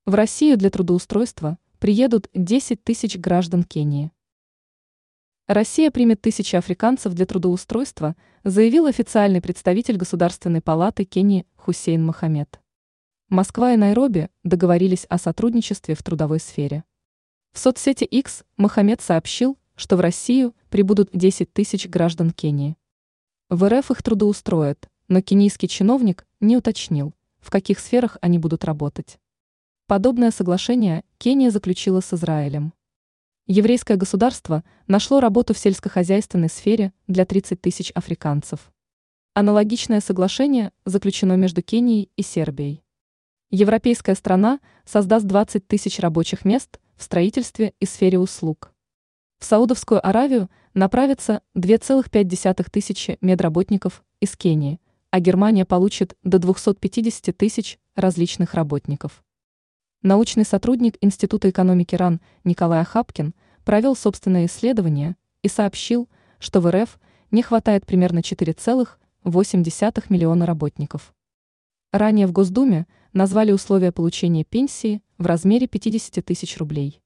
В Россию для трудоустройства приедут 10 тысяч граждан Кении. Россия примет тысячи африканцев для трудоустройства, заявил официальный представитель Государственной палаты Кении Хусейн Мохаммед. Москва и Найроби договорились о сотрудничестве в трудовой сфере. В соцсети X Мохаммед сообщил, что в Россию прибудут 10 тысяч граждан Кении. В РФ их трудоустроят, но кенийский чиновник не уточнил, в каких сферах они будут работать. Подобное соглашение Кения заключила с Израилем. Еврейское государство нашло работу в сельскохозяйственной сфере для 30 тысяч африканцев. Аналогичное соглашение заключено между Кенией и Сербией. Европейская страна создаст 20 тысяч рабочих мест в строительстве и сфере услуг. В Саудовскую Аравию направится 2,5 тысячи медработников из Кении, а Германия получит до 250 тысяч различных работников. Научный сотрудник Института экономики РАН Николай Охапкин провел собственное исследование и сообщил, что в РФ не хватает примерно 4,8 миллиона работников. Ранее в Госдуме назвали условия получения пенсии в размере 50 тысяч рублей.